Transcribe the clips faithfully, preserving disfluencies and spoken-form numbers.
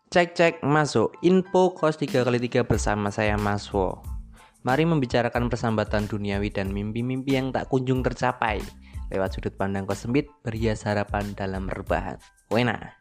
Cek cek masuk info kos tiga kali tiga bersama saya Maswo. Mari membicarakan persambatan duniawi dan mimpi-mimpi yang tak kunjung tercapai lewat sudut pandang kos sempit berhias harapan dalam rebahan. Wena.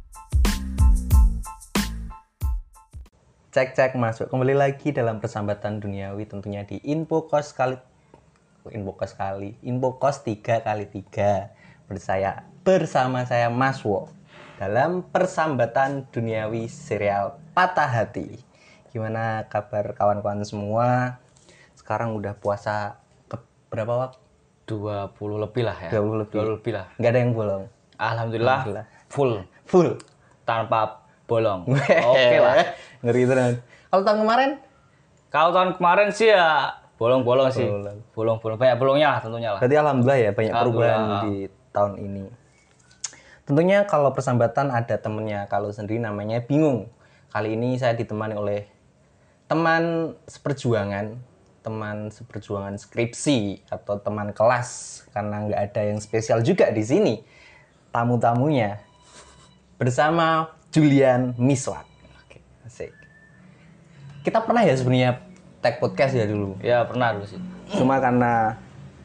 Cek cek masuk kembali lagi dalam persambatan duniawi tentunya di info kos kali info kos kali info kos tiga kali tiga bersaya bersama saya Maswo. Dalam persambatan duniawi serial Patah Hati. Gimana kabar kawan-kawan semua? Sekarang udah puasa ke berapa waktu? dua puluh lebih lah ya. dua puluh lebih. dua puluh lebih lah. Nggak ada yang bolong. Alhamdulillah, Alhamdulillah. full Full. tanpa bolong. Oke lah. Ngeri tenan. Kalau tahun kemarin? Kalau tahun kemarin sih ya bolong-bolong sih. Bolong. Bolong-bolong banyak bolongnya lah tentunya lah. Berarti alhamdulillah ya banyak perubahan Alhamdulillah. di tahun ini. Tentunya kalau persambatan ada temennya, kalau sendiri namanya bingung. Kali ini saya ditemani oleh teman seperjuangan, teman seperjuangan skripsi atau teman kelas karena nggak ada yang spesial juga di sini. Tamu-tamunya bersama Julian Miswak. Oke, asik. Kita pernah ya sebenarnya tag podcast ya dulu. Ya pernah dulu sih. Cuma karena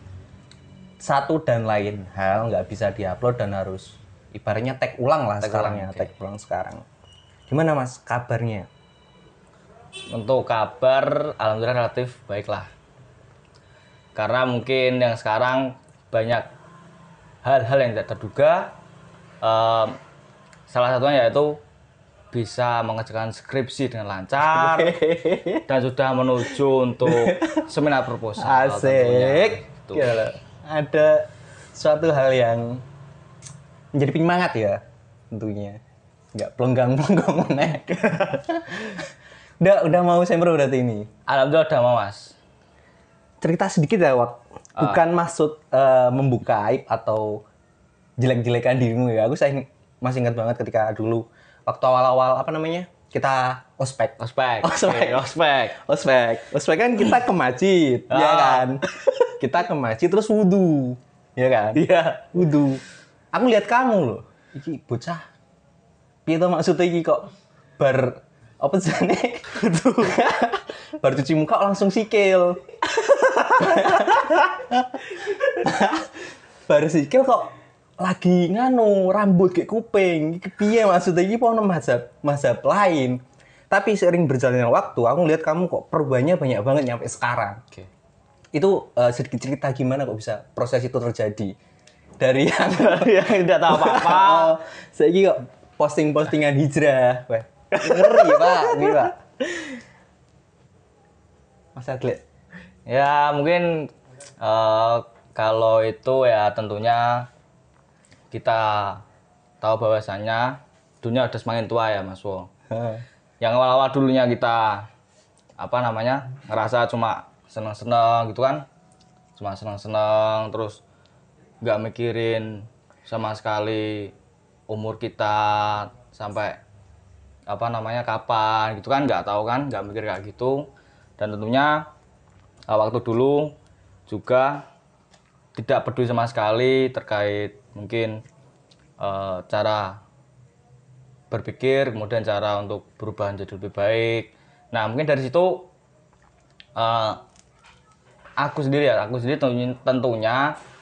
satu dan lain hal nggak bisa diupload dan harus ibaratnya tag ulang lah Tag sekarang ulang, ya, oke. tag ulang sekarang. Gimana Mas kabarnya? Untuk kabar, alhamdulillah relatif baik lah. Karena mungkin yang sekarang banyak hal-hal yang tidak terduga. Em, salah satunya yaitu bisa mengerjakan skripsi dengan lancar dan sudah menuju untuk seminar proposal. tentunya. Asik. Gitu. Gila. Ada suatu hal yang menjadi penyemangat ya tentunya. Nggak pelenggang-pelenggang meneh. udah udah mau sempro berarti ini. Alhamdulillah udah mau mas. Cerita sedikit ya, Wak. Bukan maksud eh, membuka aib atau jelek-jelekan dirimu ya. Aku saya ing- masih ingat banget ketika dulu waktu awal-awal apa namanya? Kita ospek. Ospek. Ospek. Oke, ospek. Ospek. Ospek kan kita ke masjid, ya Ah. kan? Kita ke masjid terus wudu. Ya kan? Iya. Wudu. Aku lihat kamu loh. Iki bocah. Piye to maksudnya iki kok bar apa jane? Bar cuci muka langsung sikil. Bar sikil kok lagi nganu rambut kayak kuping. Iki piye maksudnya iki ono mazhab mazhab lain. Tapi seiring berjalannya waktu, aku ngeliat kamu kok perubahannya banyak banget nyampe sekarang. Oke. Itu eh, sedikit cerita gimana kok bisa proses itu terjadi dari yang Yang tidak tahu apa-apa. oh, saya kok posting-postingan hijrah, weh ngeri pak, ngeri pak. Mas Adlet, Ya mungkin eh, kalau itu ya tentunya kita tahu bahwasannya dunia udah semakin tua ya Mas Wo. Yang awal-awal dulunya kita apa namanya ngerasa cuma seneng-seneng gitu kan, cuma seneng-seneng terus nggak mikirin sama sekali umur kita sampai apa namanya kapan gitu kan, nggak tahu kan, nggak mikir kayak gitu. Dan tentunya uh, waktu dulu juga tidak peduli sama sekali terkait mungkin uh, cara berpikir, kemudian cara untuk berubah menjadi lebih baik. Nah mungkin dari situ uh, aku sendiri ya, aku sendiri tentunya, tentunya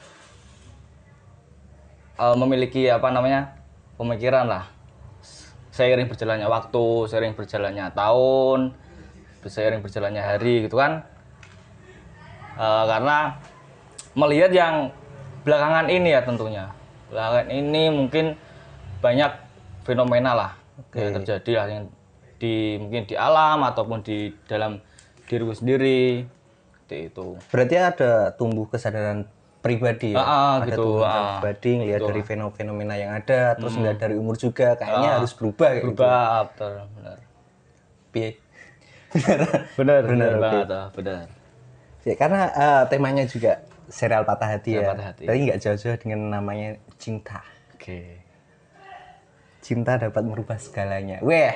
uh, memiliki apa namanya pemikiran lah. Seiring berjalannya waktu, seiring berjalannya tahun, seiring berjalannya hari gitu kan. Uh, karena melihat yang belakangan ini ya tentunya. Belakangan ini mungkin banyak fenomena lah Oke. yang terjadi lah yang di mungkin di alam ataupun di dalam diriku sendiri. Seperti itu. berarti ada tumbuh kesadaran pribadi ya, Ah, ah, ada gitu, tumbuh kesadaran ah. pribadi ngelihat Betul. dari fenomena yang ada, terus ngelihat dari umur juga, kayaknya harus berubah kayak gitu. Berubah, betul, benar. Piye? Benar, Benar, benar oke. banget, ah, benar. Ya, karena eh, temanya juga serial Patah Hati Serial ya. Patah Hati. Tapi nggak jauh-jauh dengan namanya cinta. Oke. Cinta dapat merubah segalanya. Weh.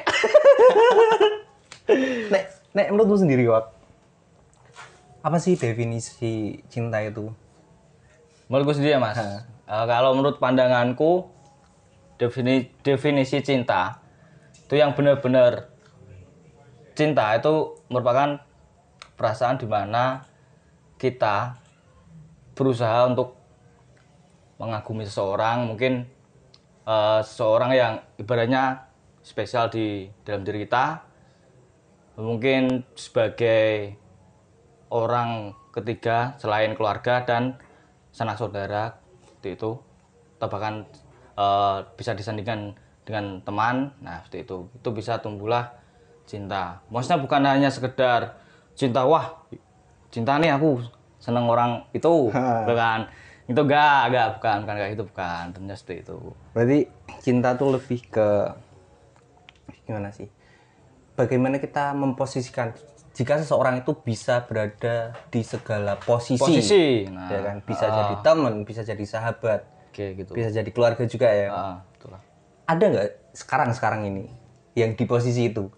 nek, nek menurutmu sendiri, Wak, apa sih definisi cinta itu? Menurutku sendiri ya mas, Eh, kalau menurut pandanganku defini- definisi cinta itu yang benar-benar cinta, itu merupakan perasaan di mana kita berusaha untuk mengagumi seseorang, mungkin uh, seseorang yang ibaratnya spesial di dalam diri kita, mungkin sebagai orang ketiga selain keluarga dan sanak saudara, seperti itu, atau bahkan uh, bisa disandingkan dengan teman. Nah, seperti itu, itu bisa tumbuhlah cinta. Maksudnya bukan hanya sekedar cinta, wah cinta nih aku seneng orang itu, bukan itu, enggak, enggak, bukan, bukan kayak itu, bukan, tentunya seperti itu. Berarti cinta tuh lebih ke gimana sih? Bagaimana kita memposisikan jika seseorang itu bisa berada di segala posisi, posisi. Nah, ya kan? Bisa uh, jadi teman, bisa jadi sahabat, okay, gitu. Bisa jadi keluarga juga ya. Uh, itulah. Ada nggak sekarang sekarang ini yang di posisi itu?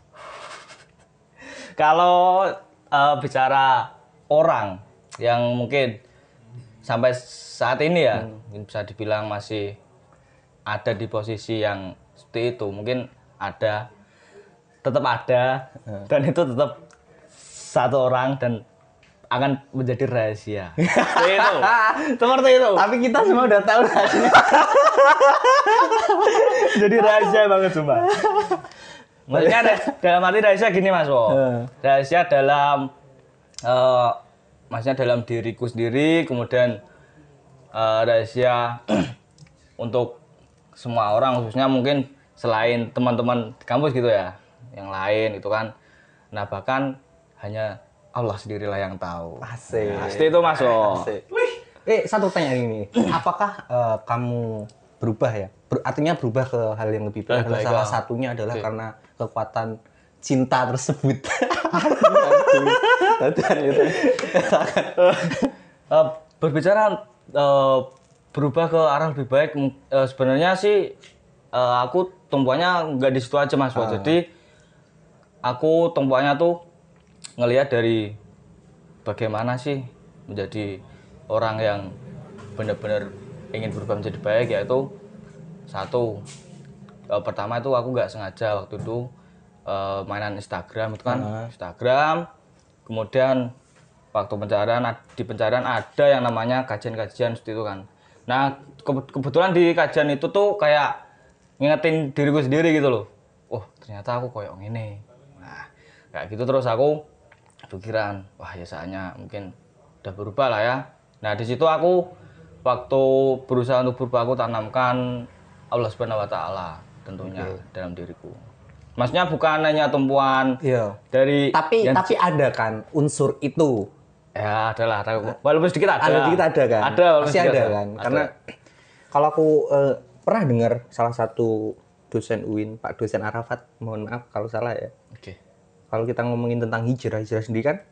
Kalau uh, bicara orang yang mungkin sampai saat ini ya, hmm. mungkin bisa dibilang masih ada di posisi yang seperti itu, mungkin ada, tetap ada, hmm. dan itu tetap satu orang dan akan menjadi rahasia. Seperti itu. Seperti itu. Tapi kita semua udah tahu rahasia. Jadi rahasia banget cuma. Maksudnya dalam arti rahasia gini Mas Wo. Hmm. Rahasia dalam uh, maksudnya dalam diriku sendiri, kemudian uh, rahasia untuk semua orang, khususnya mungkin selain teman-teman di kampus gitu ya, yang lain itu kan. Nah, bahkan hanya Allah sendirilah yang tahu. Asik. Pasti itu Mas Wo. Eh, satu tanya ini. Apakah uh, kamu berubah ya? Ber- artinya berubah ke hal yang lebih baik. Adalah salah satunya adalah okay. karena kekuatan cinta tersebut. uh, berbicara uh, berubah ke arah lebih baik, uh, sebenarnya sih uh, aku tumpuannya nggak di situ aja Mas Wo. Uh. Jadi aku tumpuannya tuh ngelihat dari bagaimana sih menjadi orang yang benar-benar ingin berubah menjadi baik, yaitu satu, uh, pertama itu aku nggak sengaja waktu itu uh, mainan Instagram itu kan, uh. Instagram, kemudian waktu pencarian, di pencarian ada yang namanya kajian-kajian seperti itu kan. Nah, ke- kebetulan di kajian itu tuh kayak ngingetin diriku sendiri gitu loh. Oh, ternyata aku koyok gini. Nah, kayak gitu terus aku pikiran, wah ya saatnya mungkin udah berubah lah ya. Nah, di situ aku waktu berusaha untuk berubah, aku tanamkan Allah Subhanahu wa taala tentunya okay. dalam diriku. Maksudnya bukan hanya tumpuan iya. dari tapi yang... tapi ada kan unsur itu. Ya, adalah. Walaupun sedikit ada. Ada sedikit ada kan? Ada, pasti ada, ada kan? Ada. Karena kalau aku uh, pernah dengar salah satu dosen U I N, Pak dosen Arafat, mohon maaf kalau salah ya. Oke. Okay. Kalau kita ngomongin tentang hijrah, hijrah sendiri kan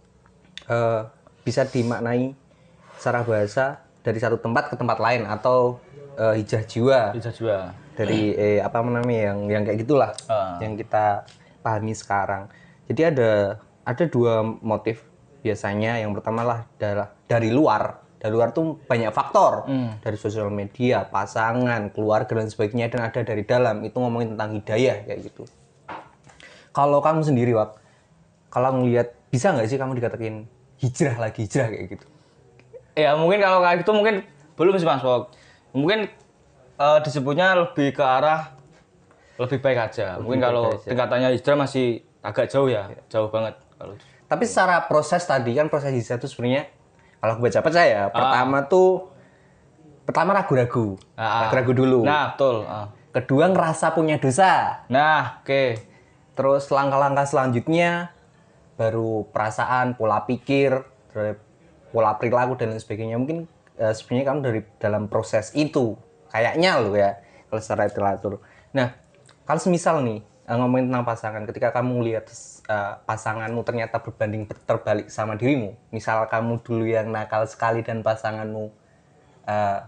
uh, bisa dimaknai secara bahasa dari satu tempat ke tempat lain, atau uh, hijrah jiwa. Hijrah jiwa. Dari eh, apa namanya yang yang kayak gitulah uh. yang kita pahami sekarang. Jadi ada ada dua motif biasanya. Yang pertama lah adalah dari luar. Dari luar tuh banyak faktor, hmm. dari sosial media, pasangan, keluarga dan sebagainya, dan ada dari dalam, itu ngomongin tentang hidayah kayak gitu. Kalau kamu sendiri, Wak, kalau ngelihat, bisa nggak sih kamu dikatakan hijrah lagi, hijrah kayak gitu? Ya mungkin kalau kayak gitu mungkin belum sih Mas Wak. Mungkin uh, disebutnya lebih ke arah lebih baik aja. Lebih mungkin kalau aja. Tingkatannya hijrah masih agak jauh ya, ya. Jauh banget. Kalau. Tapi secara proses tadi kan, proses hijrah itu sebenarnya, kalau aku baca-baca ya, ah. pertama tuh, pertama ragu-ragu, ah. ragu-ragu dulu. Nah, betul. Ah. Kedua ngerasa punya dosa. Nah, oke. Okay. Terus langkah-langkah selanjutnya baru perasaan, pola pikir, pola perilaku dan lain sebagainya. Mungkin uh, sebenarnya kamu dari dalam proses itu kayaknya lo ya, kalau secara literatur. Nah, kalau semisal nih uh, ngomongin tentang pasangan, ketika kamu lihat uh, pasanganmu ternyata berbanding terbalik sama dirimu, misal kamu dulu yang nakal sekali dan pasanganmu uh,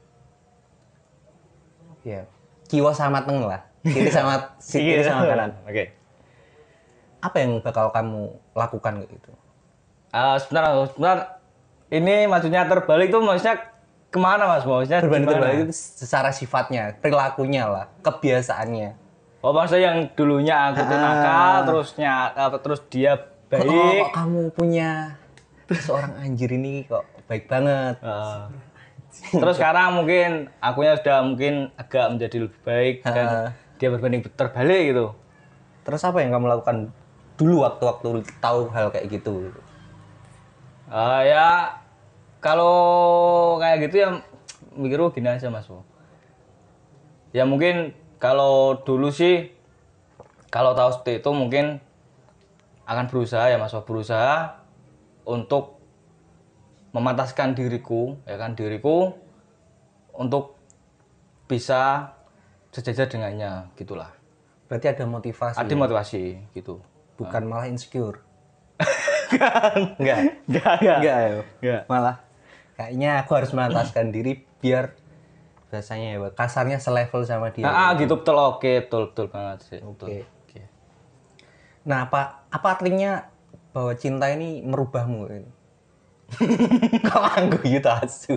ya kiwa sama teng lah, kiri sama kiri sama kanan. Oke. Okay. Apa yang bakal kamu lakukan gitu? Uh, sebenarnya, sebenarnya ini maksudnya terbalik tuh maksudnya kemana Mas? Maksudnya berbanding terbalik itu secara sifatnya, perilakunya lah, kebiasaannya. Oh, maksudnya yang dulunya aku tuh Ah. nakal, terusnya apa terus dia Kok, oh, baik. kok kamu punya seorang anjir ini kok baik banget. Eh, terus sekarang mungkin akunya sudah mungkin agak menjadi lebih baik dan Ah. dia berbanding terbalik gitu. Terus apa yang kamu lakukan dulu waktu-waktu tahu hal kayak gitu? Eh, ya kalau kayak gitu ya mikirku gini aja Mas. Wo. Ya mungkin kalau dulu sih kalau tahu seperti itu mungkin akan berusaha ya Mas, Wo. Berusaha untuk memantaskan diriku, ya kan diriku untuk bisa sejajar dengannya, gitulah. Berarti ada motivasi. Ada ya? motivasi gitu. Bukan malah insecure. Enggak. Enggak. Enggak, enggak. Enggak ya. Enggak. Malah kayaknya aku harus memantaskan diri biar biasanya ya kasarnya selevel sama dia. Ah, ah, gitu betul, oke, betul, betul banget sih. Betul. Oke. Oke. Nah, apa apa artinya bahwa cinta ini merubahmu ini? Kok anggu gitu asu.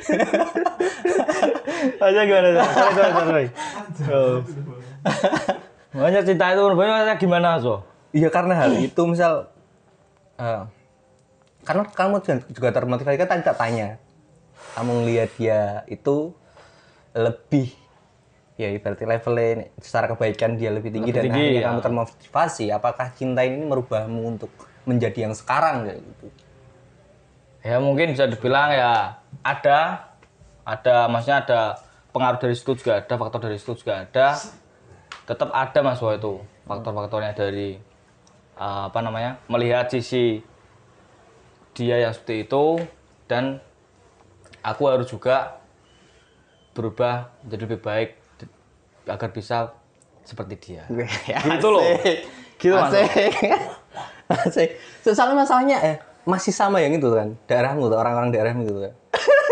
Aja gimana? Sorry, sorry, sorry. Oh. Makanya cinta itu menurutnya gimana, So? Iya karena hal itu misal eh, karena kamu juga- juga termotivasi kan tadi tak tanya. Kamu ngelihat dia itu lebih ya berarti levelnya secara kebaikan dia lebih tinggi Lebih dan tinggi, akhirnya ya. kamu termotivasi. Apakah cinta ini merubahmu untuk menjadi yang sekarang kayak gitu? Ya mungkin bisa dibilang ya ada, ada maksudnya ada pengaruh dari situ juga ada, faktor dari situ juga ada. Tetap ada Mas Wo itu faktor-faktornya dari uh, apa namanya melihat sisi dia yang seperti itu dan aku harus juga berubah menjadi lebih baik d- agar bisa seperti dia. Gitu loh. Gitu Mas. Wo. Asik. Asik. Soalnya masalahnya eh masih sama yang itu kan daerahmu tuh orang-orang daerahmu gitu kan.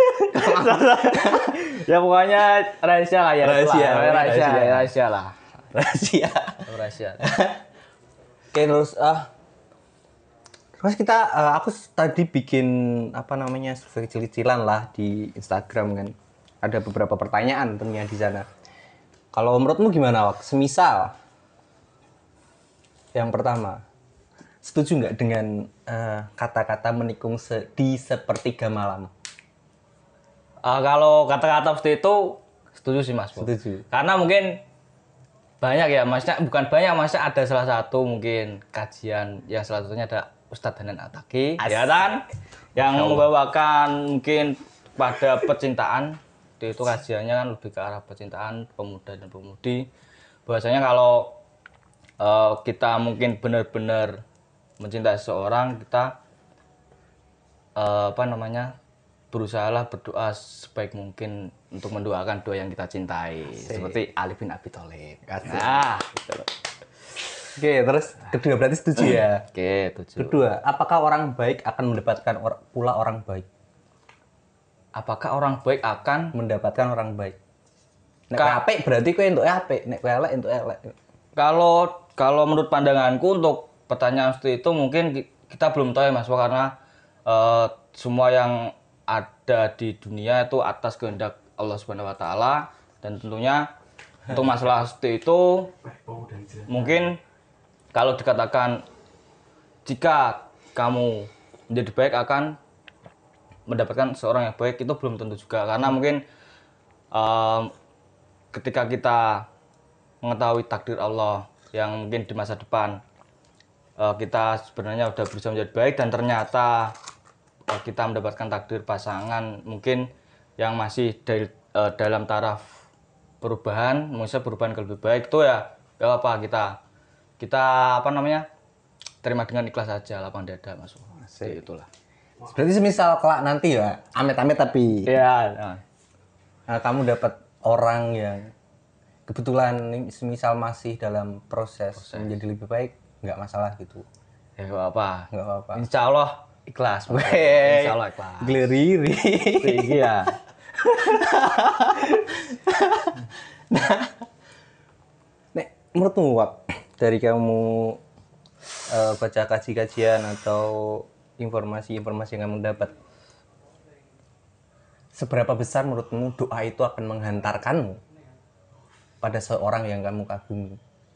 Ya pokoknya rahasia lah ya. Rahasia, itulah. rahasia, rahasia. rahasia lah. Rahasia. Rahasia. Oke terus ah terus kita eh, aku s- tadi bikin apa namanya survei kecil-kecilan lah di Instagram kan. Ada beberapa pertanyaan tentunya di sana. Kalau menurutmu gimana Wak? Semisal yang pertama, setuju nggak dengan eh, kata-kata menikung se- di sepertiga malam? Ah, kalau kata-kata seperti itu setuju sih Mas. Bo. Setuju. Karena mungkin banyak ya, maksudnya bukan banyak, maksudnya ada salah satu mungkin kajian yang salah satunya ada Ustadz Hanan Ataki, ya kan, yang membawakan mungkin pada percintaan. Itu kajiannya kan lebih ke arah percintaan pemuda dan pemudi. Bahwasanya kalau eh, kita mungkin benar-benar mencintai seseorang, kita eh, apa namanya berusahalah berdoa sebaik mungkin untuk mendoakan doa yang kita cintai. Seperti Ali bin Abi Thalib. Nah, Oke, terus kedua berarti setuju ya. oke, tujuh. Kedua, apakah orang baik akan mendapatkan or- pula orang baik? Apakah orang baik akan Mendapatkan orang baik. Nek Ka- apik berarti kowe entuk apik, nek kowe elek entuk elek. kalau kalau menurut pandanganku untuk pertanyaan seperti itu mungkin ki- kita belum tahu ya Mas Wo, karena eh, semua yang ada di dunia itu atas kehendak Allah Subhanahu wa taala dan tentunya untuk masalah seperti itu mungkin kalau dikatakan jika kamu menjadi baik akan mendapatkan seorang yang baik itu belum tentu juga karena mungkin em, ketika kita mengetahui takdir Allah yang mungkin di masa depan eh, kita sebenarnya udah berusaha menjadi baik dan ternyata eh, kita mendapatkan takdir pasangan mungkin yang masih dari eh, dalam taraf perubahan, maksudnya perubahan ke lebih baik itu ya gak apa kita kita apa namanya terima dengan ikhlas saja lapang dada Mas. Seperti itulah. Berarti semisal kelak nanti ya, amit-amit tapi Iya. Nah. nah, kamu dapat orang yang kebetulan ini semisal masih dalam proses, menjadi lebih baik, nggak masalah gitu. Ya gak apa. Nggak apa-apa. Insya Allah ikhlas. Mas. Weh, Insya Allah ikhlas. Gleriri. Iya. Nek, menurutmu Wak, dari kamu eh, baca kaji-kajian atau informasi-informasi yang kamu dapat, seberapa besar menurutmu doa itu akan menghantarkanmu pada seorang yang kamu kagumi?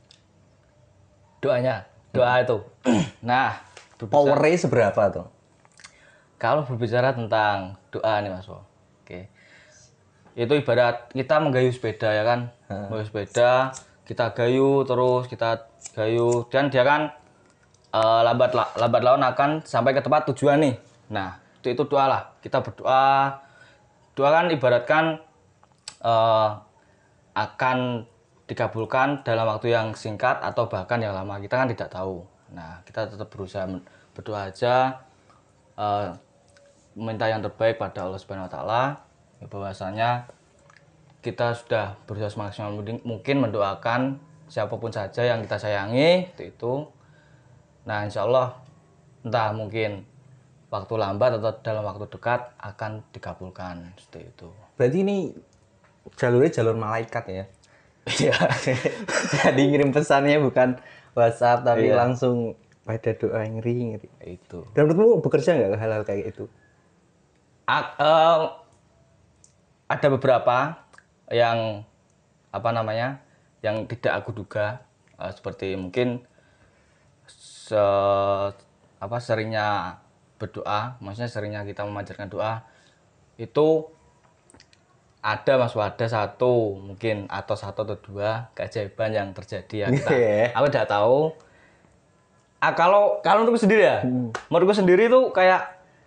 doanya, doa itu. Nah, berbicara- Powernya seberapa tuh? kalau berbicara tentang doa nih Mas Wo. Oke. Itu ibarat kita menggayu sepeda ya kan. Menggayu sepeda, kita gayu terus, kita gayu dan dia kan eh, lambat la- lambat laun akan sampai ke tempat tujuan nih. Nah, itu itu doa lah. Kita berdoa. Doa kan ibaratkan eh, akan dikabulkan dalam waktu yang singkat atau bahkan yang lama. Kita kan tidak tahu. Nah, kita tetap berusaha men- berdoa aja. eh, Minta yang terbaik pada Allah Subhanahu wa taala. Ya, bahwasanya kita sudah berusaha semaksimal mungkin mendoakan siapapun saja yang kita sayangi itu, itu. Nah, insya Allah entah mungkin waktu lambat atau dalam waktu dekat akan dikabulkan seperti itu. Berarti ini jalurnya jalur malaikat ya? Iya. Jadi ngirim pesannya bukan WhatsApp tapi Iya. langsung pada doa yang ngeri ngeri. Itu. Dan menurutmu bekerja nggak hal-hal kayak itu? A- eh, ada beberapa yang apa namanya yang tidak aku duga eh, seperti mungkin se apa seringnya berdoa, maksudnya seringnya kita memanjatkan doa itu ada Mas, ada satu mungkin atau satu atau dua keajaiban yang terjadi ya kita Yeah. aku tidak tahu. Ah, kalau kalau menurutku sendiri ya, Hmm. menurutku sendiri itu kayak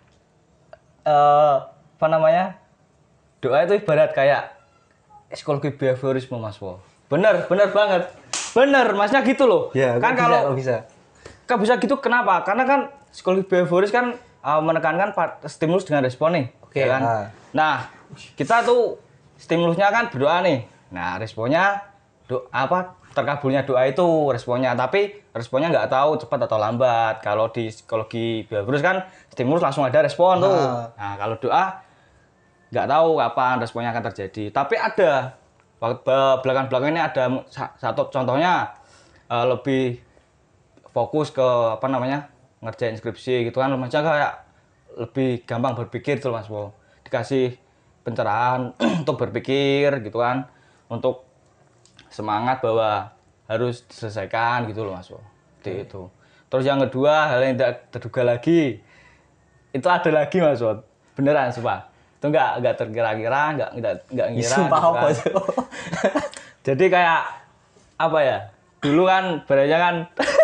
eh apa namanya doa itu ibarat kayak psikologi behaviorisme Mas Wo. Bener, bener banget. Bener, masnya gitu loh. Ya, kan kok kalau bisa, kok bisa. kan bisa gitu kenapa? Karena kan psikologi behavioris kan uh, menekankan part- stimulus dengan respon nih. Oke, ya kan? ah. Nah, kita tuh stimulusnya kan berdoa nih. Nah, responnya do, apa terkabulnya doa itu responnya, tapi responnya nggak tahu cepat atau lambat. Kalau di psikologi behavioris kan stimulus langsung ada respon tuh. Ah. Nah, kalau doa nggak tahu kapan responnya akan terjadi. Tapi ada waktu belakang-belakang ini ada sa- satu contohnya uh, lebih fokus ke apa namanya ngerjain skripsi gitu kan, macam kayak lebih gampang berpikir tuh Mas Wo. Dikasih pencerahan untuk berpikir gitu kan, untuk semangat bahwa harus diselesaikan gitu loh Mas Wo. Seperti itu. Terus yang kedua, hal yang tidak terduga lagi itu ada lagi Mas Wo. Beneran sumpah. Itu enggak enggak terkira-kira, enggak enggak enggak ngira. Sumpah gitu apa kan. tuh? Jadi kayak apa ya? Dulu kan berarti kan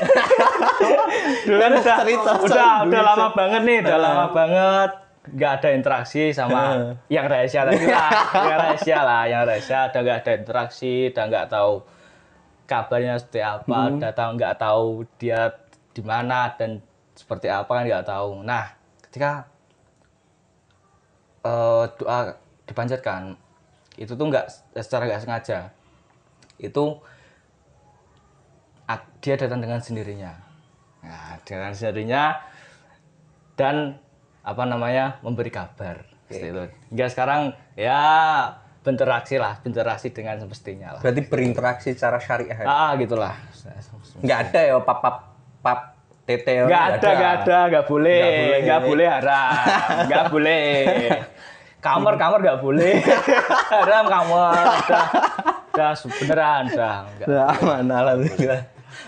dulu kan udah Cerita, udah sorry, udah dulu lama cerita. banget nih, udah lama banget nggak ada interaksi sama yang rahasia tadi lah, yang rahasia lah, yang rahasia udah nggak ada interaksi, udah nggak tahu kabarnya seperti apa, udah tahu nggak tahu dia di mana dan seperti apa kan nggak tahu. Nah, ketika eh, doa dipanjatkan itu tuh nggak secara nggak sengaja itu ak- dia datang dengan sendirinya. Nah, dengan sendirinya dan apa namanya memberi kabar. Seperti itu. Hingga sekarang ya berinteraksi lah, berinteraksi dengan semestinya lah. Berarti berinteraksi secara syariah. Ya? Ah, gitulah. Nggak ada ya pap pap pap tete. Nggak ada, nggak ada, nggak boleh, Nggak boleh. nggak boleh haram, nggak boleh. Kamar, kamar nggak boleh, haram kamar. Udah, udah beneran, udah. Nggak. Nah, aman, alhamdulillah.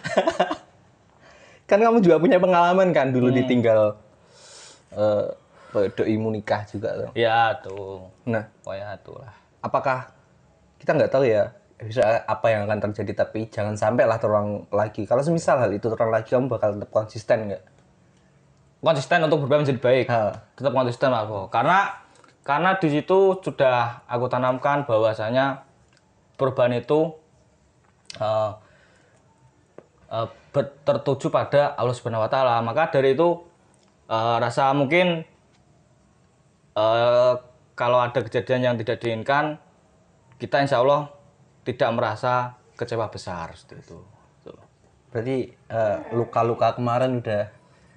Kan kamu juga punya pengalaman kan dulu Hmm. ditinggal eh doi mu nikah juga tuh. Ya tuh, Nah, pokoknya tuh lah. apakah kita nggak tahu ya bisa apa yang akan terjadi, tapi jangan sampai lah terulang lagi. Kalau semisal hal itu terulang lagi, kamu bakal tetap konsisten nggak? Konsisten untuk berubah menjadi baik. Ha. Tetap konsisten lah kok. Karena karena di situ sudah aku tanamkan bahwasanya perubahan itu eh, eh, ber- tertuju pada Allah Subhanahu wa taala. Maka dari itu eh, rasa mungkin eh, kalau ada kejadian yang tidak diinginkan, kita insya Allah tidak merasa kecewa besar seperti itu. Tuh. Berarti eh, luka-luka kemarin udah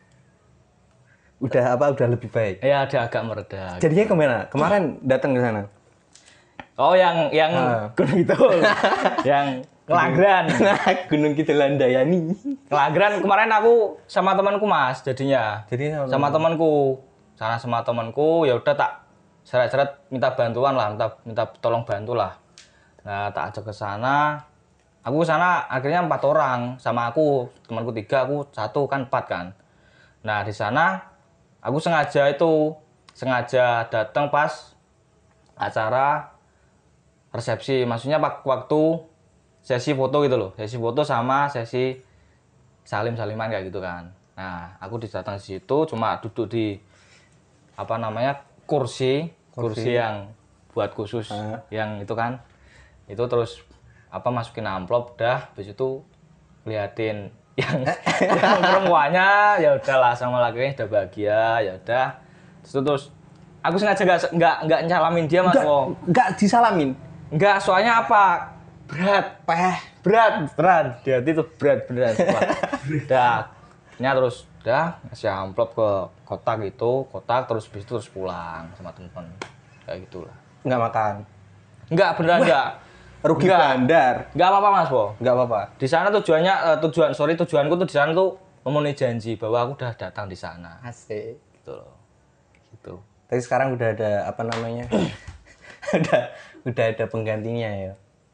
udah apa udah lebih baik. Ya ada agak mereda. Jadinya kemana? Kemarin datang ke sana. Oh yang yang Ah. Gunung Kidul, yang Kelagran. Nah, Gunung Kidul Landayani. Kelagran kemarin aku sama temanku Mas jadinya. Jadi sama Sama temanku. Sana sama temanku ya udah tak seret-seret minta bantuan lah, minta minta tolong bantu lah. Nah, tak ajak ke sana. Aku sana akhirnya empat orang, sama aku temanku tiga, aku satu kan empat kan. Nah di sana aku sengaja itu sengaja datang pas acara resepsi, maksudnya waktu sesi foto gitu loh, sesi foto sama sesi salim saliman kayak gitu kan. Nah aku datang di situ cuma duduk di apa namanya kursi kursi, kursi yang buat khusus uh. yang itu kan, itu terus apa masukin amplop dah, habis itu liatin yang, yang perempuannya ya udahlah sama lakinya udah bahagia ya udah, terus, terus aku sengaja nggak nggak nggak nyalamin dia mas Wo. Nggak disalamin, nggak soalnya apa berat peh berat berat dia itu berat berat dah nya terus dah ngasih amplop ke kotak gitu kotak terus bis terus pulang sama teman kayak gitulah. Nggak makan, nggak beneran nggak rugi bandar. Nggak apa-apa mas Bo, nggak apa-apa. Di sana tujuannya uh, tujuan sorry tujuanku tuh di sana tuh memenuhi janji bahwa aku udah datang di sana. Asik gitu loh gitu. Tapi sekarang udah ada apa namanya udah udah ada penggantinya ya.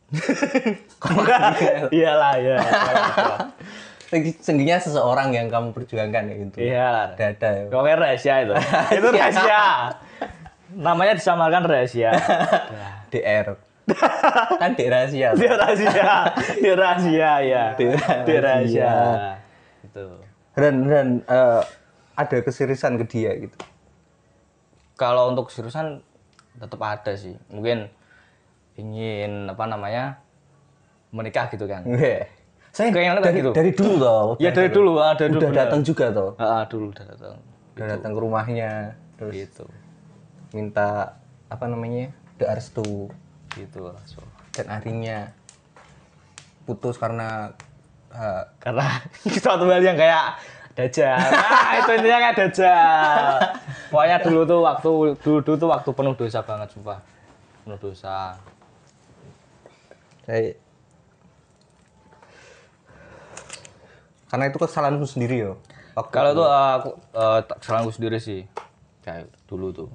Iyalah ya. Sendirinya seseorang yang kamu perjuangkan ya itu. Iyalah. Udah ada. Ya. Kau rahasia itu. Itu rahasia. Namanya disamarkan rahasia. D R. Kan D rahasia. D rahasia. D rahasia ya. D rahasia. Itu. Dan dan uh, ada keseriusan ke dia gitu. Kalau untuk keseriusan tetap ada sih. Mungkin ingin apa namanya menikah gitu kan. Nggih. Saya kayaknya dari, gitu. Dari dulu toh. Ya dari dulu, ah, dari udah dulu. Datang juga toh. Heeh, uh, dulu udah datang. Udah datang ke rumahnya terus gitu. Minta apa namanya? Doa restu gitu. So. Dan akhirnya putus karena uh, karena suatu hal yang kayak dajal. Nah, itu intinya kayak dajal. Pokoknya dulu tuh waktu dulu, dulu tuh waktu penuh dosa banget sumpah. Penuh dosa. Saya karena itu kesalahanku sendiri yo. Kalau itu uh, aku uh, kesalahanku sendiri sih. Kayak dulu tuh.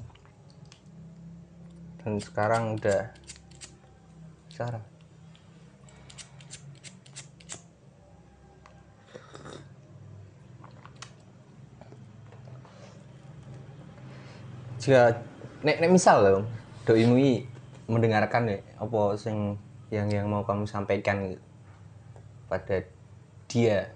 Dan sekarang udah sekarang jika nek nek misal loh doimu mendengarkan nih apa sing yang yang mau kamu sampaikan pada dia.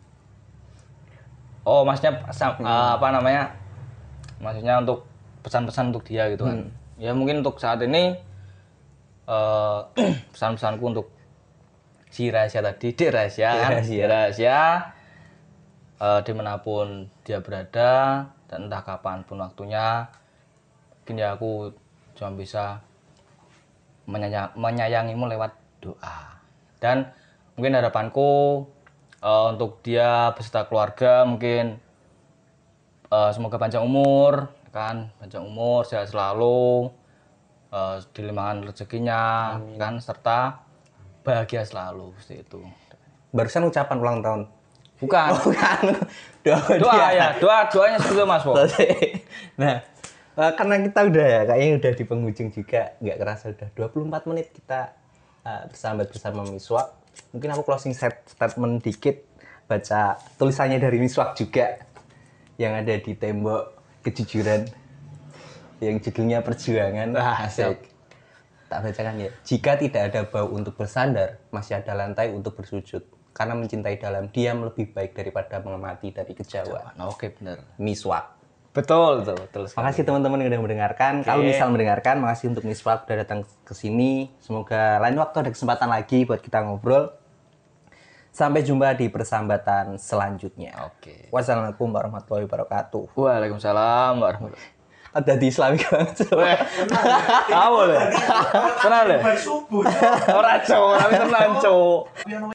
Oh maksudnya hmm. uh, apa namanya maksudnya untuk pesan-pesan untuk dia gitu kan. Hmm. Ya mungkin untuk saat ini uh, pesan-pesanku untuk si rahasia tadi di rahasia kan rahasia, rahasia uh, dimanapun dia berada dan entah kapanpun waktunya, mungkin ya aku cuma bisa menyayang, menyayangimu lewat doa. Dan mungkin harapanku uh, untuk dia beserta keluarga mungkin uh, semoga panjang umur kan, panjang umur, sehat selalu, uh, dilimpahkan rezekinya. Amin. Kan, serta bahagia selalu seperti itu. Barusan ucapan ulang tahun. Bukan. Oh, bukan. Doa, doa ya, doa doanya seperti itu Mas Bo. Nah, uh, karena kita udah ya kayaknya udah di penghujung juga, nggak kerasa udah dua puluh empat menit kita uh, bersahabat bersama Miswak. Mungkin aku closing statement dikit, baca tulisannya dari Miswak juga yang ada di tembok kejujuran yang judulnya perjuangan. Ah, asik. Tak bacakan ya. Jika tidak ada bau untuk bersandar, masih ada lantai untuk bersujud. Karena mencintai dalam diam lebih baik daripada mengamati dari kejauhan. Oke, benar. Miswak. Betul, betul, betul. Makasih teman-teman yang sudah mendengarkan. Okay. Kalau misal mendengarkan, makasih untuk Miswak sudah datang ke sini. Semoga lain waktu ada kesempatan lagi buat kita ngobrol. Sampai jumpa di persahabatan selanjutnya. Oke. Okay. Wassalamualaikum warahmatullahi wabarakatuh. Waalaikumsalam warahmatullahi wabarakatuh. Ada di Islami banget. Kamu loh. Tenang loh. Ora cowok, tapi tenang cowok.